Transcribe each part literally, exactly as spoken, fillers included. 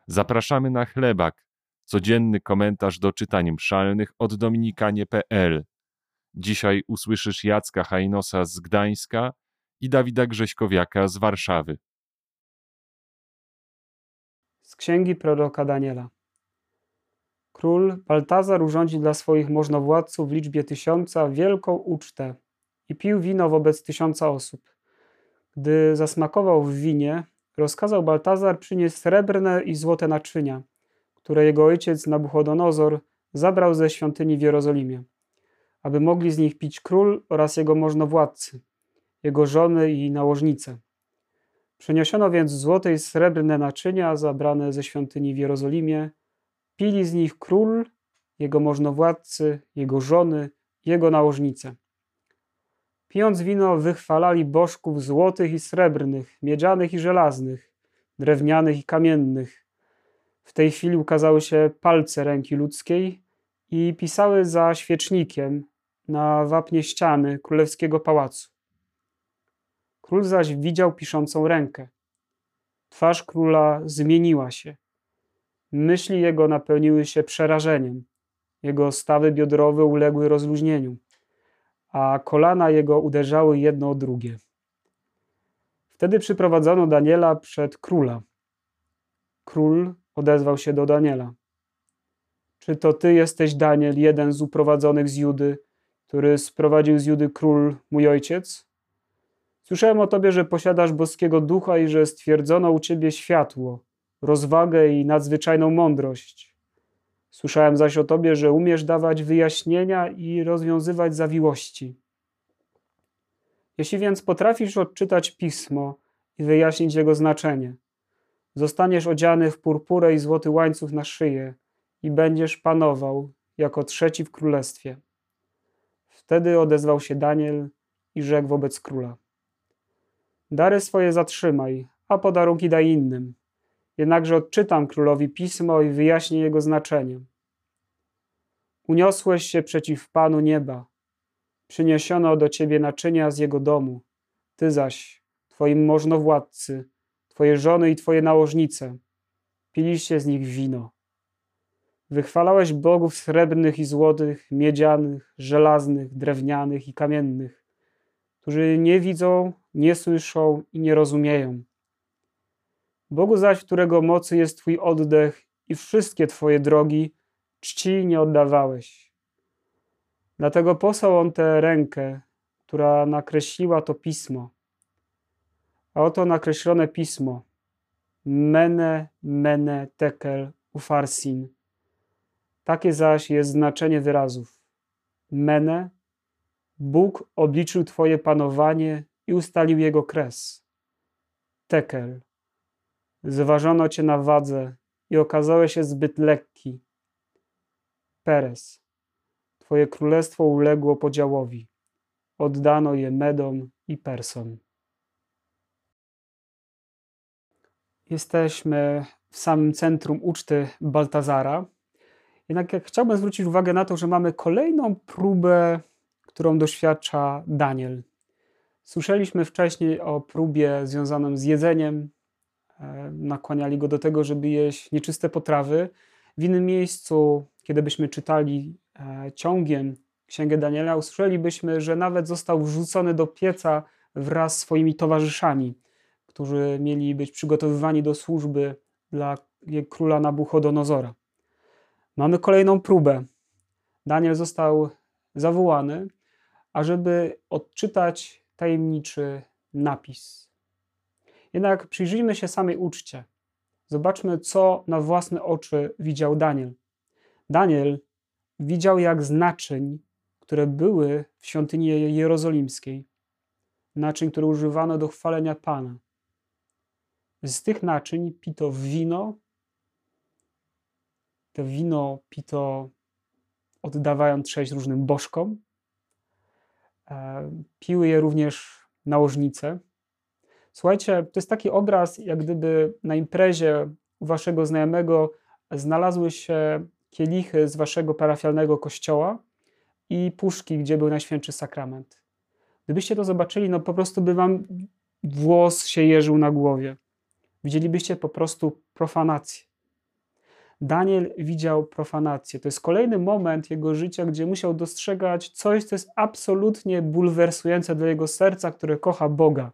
Zapraszamy na chlebak, codzienny komentarz do czytań mszalnych od dominikanie kropka pe el. Dzisiaj usłyszysz Jacka Hajnosa z Gdańska i Dawida Grześkowiaka z Warszawy. Z księgi proroka Daniela. Król Baltazar urządził dla swoich możnowładców w liczbie tysiąca wielką ucztę i pił wino wobec tysiąca osób. Gdy zasmakował w winie, rozkazał Baltazar przynieść srebrne i złote naczynia, które jego ojciec Nabuchodonozor zabrał ze świątyni w Jerozolimie, aby mogli z nich pić król oraz jego możnowładcy, jego żony i nałożnice. Przeniesiono więc złote i srebrne naczynia zabrane ze świątyni w Jerozolimie. Pili z nich król, jego możnowładcy, jego żony, jego nałożnice. Pijąc wino, wychwalali bożków złotych i srebrnych, miedzianych i żelaznych, drewnianych i kamiennych. W tej chwili ukazały się palce ręki ludzkiej i pisały za świecznikiem na wapnie ściany królewskiego pałacu. Król zaś widział piszącą rękę. Twarz króla zmieniła się. Myśli jego napełniły się przerażeniem. Jego stawy biodrowe uległy rozluźnieniu, a kolana jego uderzały jedno o drugie. Wtedy przyprowadzono Daniela przed króla. Król odezwał się do Daniela. Czy to ty jesteś, Daniel, jeden z uprowadzonych z Judy, który sprowadził z Judy król, mój ojciec? Słyszałem o tobie, że posiadasz boskiego ducha i że stwierdzono u ciebie światło, rozwagę i nadzwyczajną mądrość. Słyszałem zaś o tobie, że umiesz dawać wyjaśnienia i rozwiązywać zawiłości. Jeśli więc potrafisz odczytać pismo i wyjaśnić jego znaczenie, zostaniesz odziany w purpurę i złoty łańcuch na szyję i będziesz panował jako trzeci w królestwie. Wtedy odezwał się Daniel i rzekł wobec króla. Dary swoje zatrzymaj, a podarunki daj innym. Jednakże odczytam królowi pismo i wyjaśnię jego znaczenie. Uniosłeś się przeciw Panu nieba. Przyniesiono do ciebie naczynia z jego domu. Ty zaś, twoim możnowładcy, twoje żony i twoje nałożnice, piliście z nich wino. Wychwalałeś bogów srebrnych i złotych, miedzianych, żelaznych, drewnianych i kamiennych, którzy nie widzą, nie słyszą i nie rozumieją. Bogu zaś, którego mocy jest twój oddech i wszystkie twoje drogi, czci nie oddawałeś. Dlatego posłał on tę rękę, która nakreśliła to pismo. A oto nakreślone pismo. Mene, mene, tekel, ufarsin. Takie zaś jest znaczenie wyrazów. Mene, Bóg obliczył twoje panowanie i ustalił jego kres. Tekel, zważono cię na wadze i okazałeś się zbyt lekki. Peres, twoje królestwo uległo podziałowi. Oddano je Medom i Persom. Jesteśmy w samym centrum uczty Baltazara. Jednak jak chciałbym zwrócić uwagę na to, że mamy kolejną próbę, którą doświadcza Daniel. Słyszeliśmy wcześniej o próbie związaną z jedzeniem. Nakłaniali go do tego, żeby jeść nieczyste potrawy. W innym miejscu, kiedy byśmy czytali ciągiem Księgę Daniela, usłyszelibyśmy, że nawet został wrzucony do pieca wraz z swoimi towarzyszami, którzy mieli być przygotowywani do służby dla króla Nabuchodonozora. Mamy kolejną próbę. Daniel został zawołany, ażeby odczytać tajemniczy napis. Jednak przyjrzyjmy się samej uczcie. Zobaczmy, co na własne oczy widział Daniel. Daniel widział, jak z naczyń, które były w świątyni jerozolimskiej, naczyń, które używano do chwalenia Pana. Z tych naczyń pito wino. To wino pito oddawając cześć różnym bożkom. Piły je również nałożnice. Słuchajcie, to jest taki obraz, jak gdyby na imprezie u waszego znajomego znalazły się kielichy z waszego parafialnego kościoła i puszki, gdzie był Najświętszy Sakrament. Gdybyście to zobaczyli, no po prostu by wam włos się jeżył na głowie. Widzielibyście po prostu profanację. Daniel widział profanację. To jest kolejny moment jego życia, gdzie musiał dostrzegać coś, co jest absolutnie bulwersujące dla jego serca, które kocha Boga.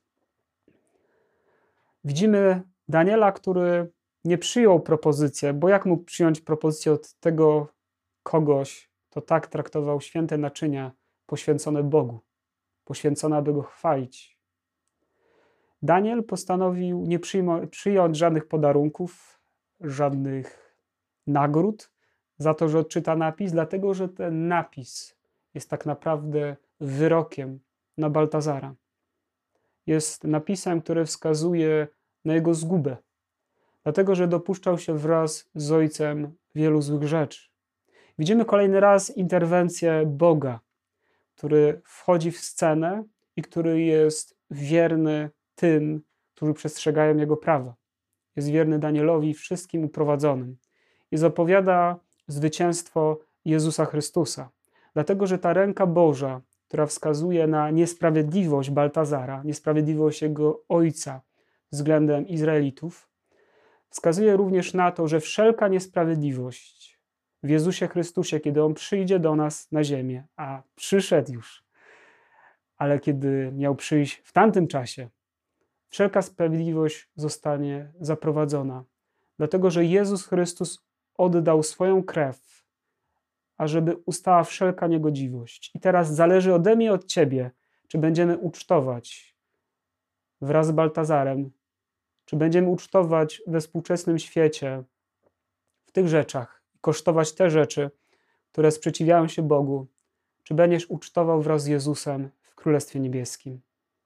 Widzimy Daniela, który nie przyjął propozycję, bo jak mógł przyjąć propozycję od tego kogoś, kto tak traktował święte naczynia poświęcone Bogu, poświęcone, aby Go chwalić. Daniel postanowił nie przyjmo- przyjąć żadnych podarunków, żadnych nagród za to, że odczyta napis, dlatego że ten napis jest tak naprawdę wyrokiem na Baltazara. Jest napisem, który wskazuje na jego zgubę, dlatego że dopuszczał się wraz z ojcem wielu złych rzeczy. Widzimy kolejny raz interwencję Boga, który wchodzi w scenę i który jest wierny tym, którzy przestrzegają Jego prawa. Jest wierny Danielowi i wszystkim uprowadzonym. I zapowiada zwycięstwo Jezusa Chrystusa. Dlatego, że ta ręka Boża, która wskazuje na niesprawiedliwość Baltazara, niesprawiedliwość jego ojca względem Izraelitów, wskazuje również na to, że wszelka niesprawiedliwość w Jezusie Chrystusie, kiedy On przyjdzie do nas na ziemię, a przyszedł już, ale kiedy miał przyjść w tamtym czasie, wszelka sprawiedliwość zostanie zaprowadzona. Dlatego, że Jezus Chrystus oddał swoją krew, ażeby ustała wszelka niegodziwość. I teraz zależy ode mnie i od ciebie, czy będziemy ucztować wraz z Baltazarem, czy będziemy ucztować we współczesnym świecie w tych rzeczach, kosztować te rzeczy, które sprzeciwiają się Bogu, czy będziesz ucztował wraz z Jezusem w Królestwie Niebieskim.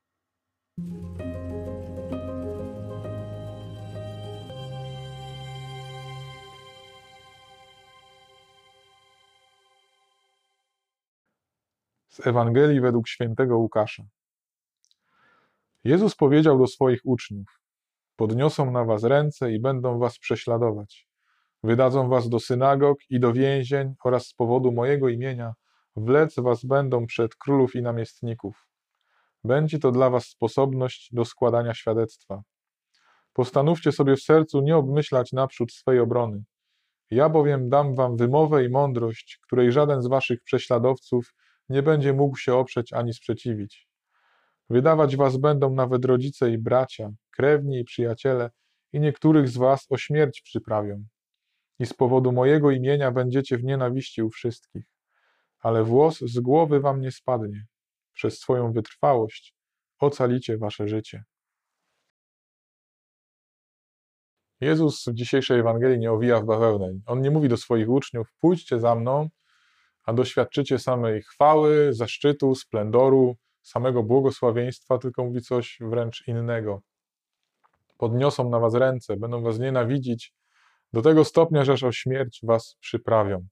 Z Ewangelii według świętego Łukasza. Jezus powiedział do swoich uczniów: podniosą na was ręce i będą was prześladować. Wydadzą was do synagog i do więzień oraz z powodu mojego imienia wlec was będą przed królów i namiestników. Będzie to dla was sposobność do składania świadectwa. Postanówcie sobie w sercu nie obmyślać naprzód swej obrony. Ja bowiem dam wam wymowę i mądrość, której żaden z waszych prześladowców nie będzie mógł się oprzeć ani sprzeciwić. Wydawać was będą nawet rodzice i bracia, krewni i przyjaciele, i niektórych z was o śmierć przyprawią. I z powodu mojego imienia będziecie w nienawiści u wszystkich. Ale włos z głowy wam nie spadnie. Przez swoją wytrwałość ocalicie wasze życie. Jezus w dzisiejszej Ewangelii nie owija w bawełnę. On nie mówi do swoich uczniów: pójdźcie za mną, a doświadczycie samej chwały, zaszczytu, splendoru, samego błogosławieństwa, tylko mówi coś wręcz innego. Podniosą na was ręce, będą was nienawidzić do tego stopnia, że aż o śmierć was przyprawią.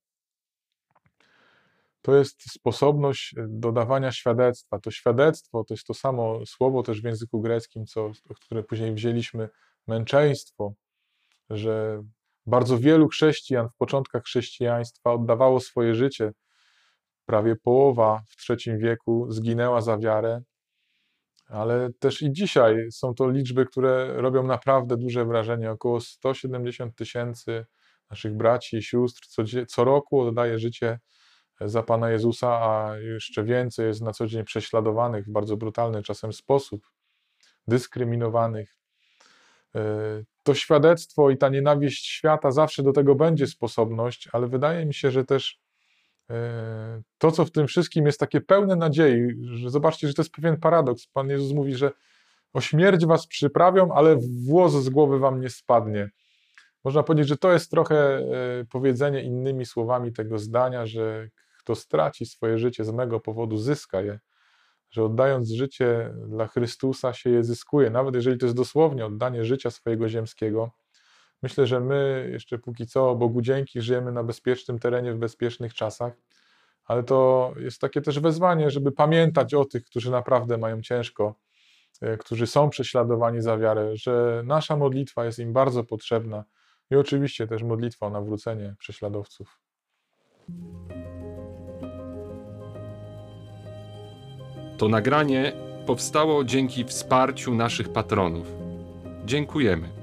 To jest sposobność dodawania świadectwa. To świadectwo to jest to samo słowo też w języku greckim, co, które później wzięliśmy, męczeństwo, że bardzo wielu chrześcijan w początkach chrześcijaństwa oddawało swoje życie. Prawie połowa w trzecim wieku zginęła za wiarę, ale też i dzisiaj są to liczby, które robią naprawdę duże wrażenie. Około sto siedemdziesiąt tysięcy naszych braci i sióstr co, co roku oddaje życie za Pana Jezusa, a jeszcze więcej jest na co dzień prześladowanych w bardzo brutalny czasem sposób, dyskryminowanych. To świadectwo i ta nienawiść świata zawsze do tego będzie sposobność, ale wydaje mi się, że też to, co w tym wszystkim jest takie pełne nadziei, że zobaczcie, że to jest pewien paradoks. Pan Jezus mówi, że o śmierć was przyprawią, ale włos z głowy wam nie spadnie. Można powiedzieć, że to jest trochę powiedzenie innymi słowami tego zdania, że kto straci swoje życie z mego powodu, zyska je. Że oddając życie dla Chrystusa się je zyskuje. Nawet jeżeli to jest dosłownie oddanie życia swojego ziemskiego. Myślę, że my jeszcze póki co, Bogu dzięki, żyjemy na bezpiecznym terenie w bezpiecznych czasach, ale to jest takie też wezwanie, żeby pamiętać o tych, którzy naprawdę mają ciężko, którzy są prześladowani za wiarę, że nasza modlitwa jest im bardzo potrzebna i oczywiście też modlitwa o nawrócenie prześladowców. To nagranie powstało dzięki wsparciu naszych patronów. Dziękujemy.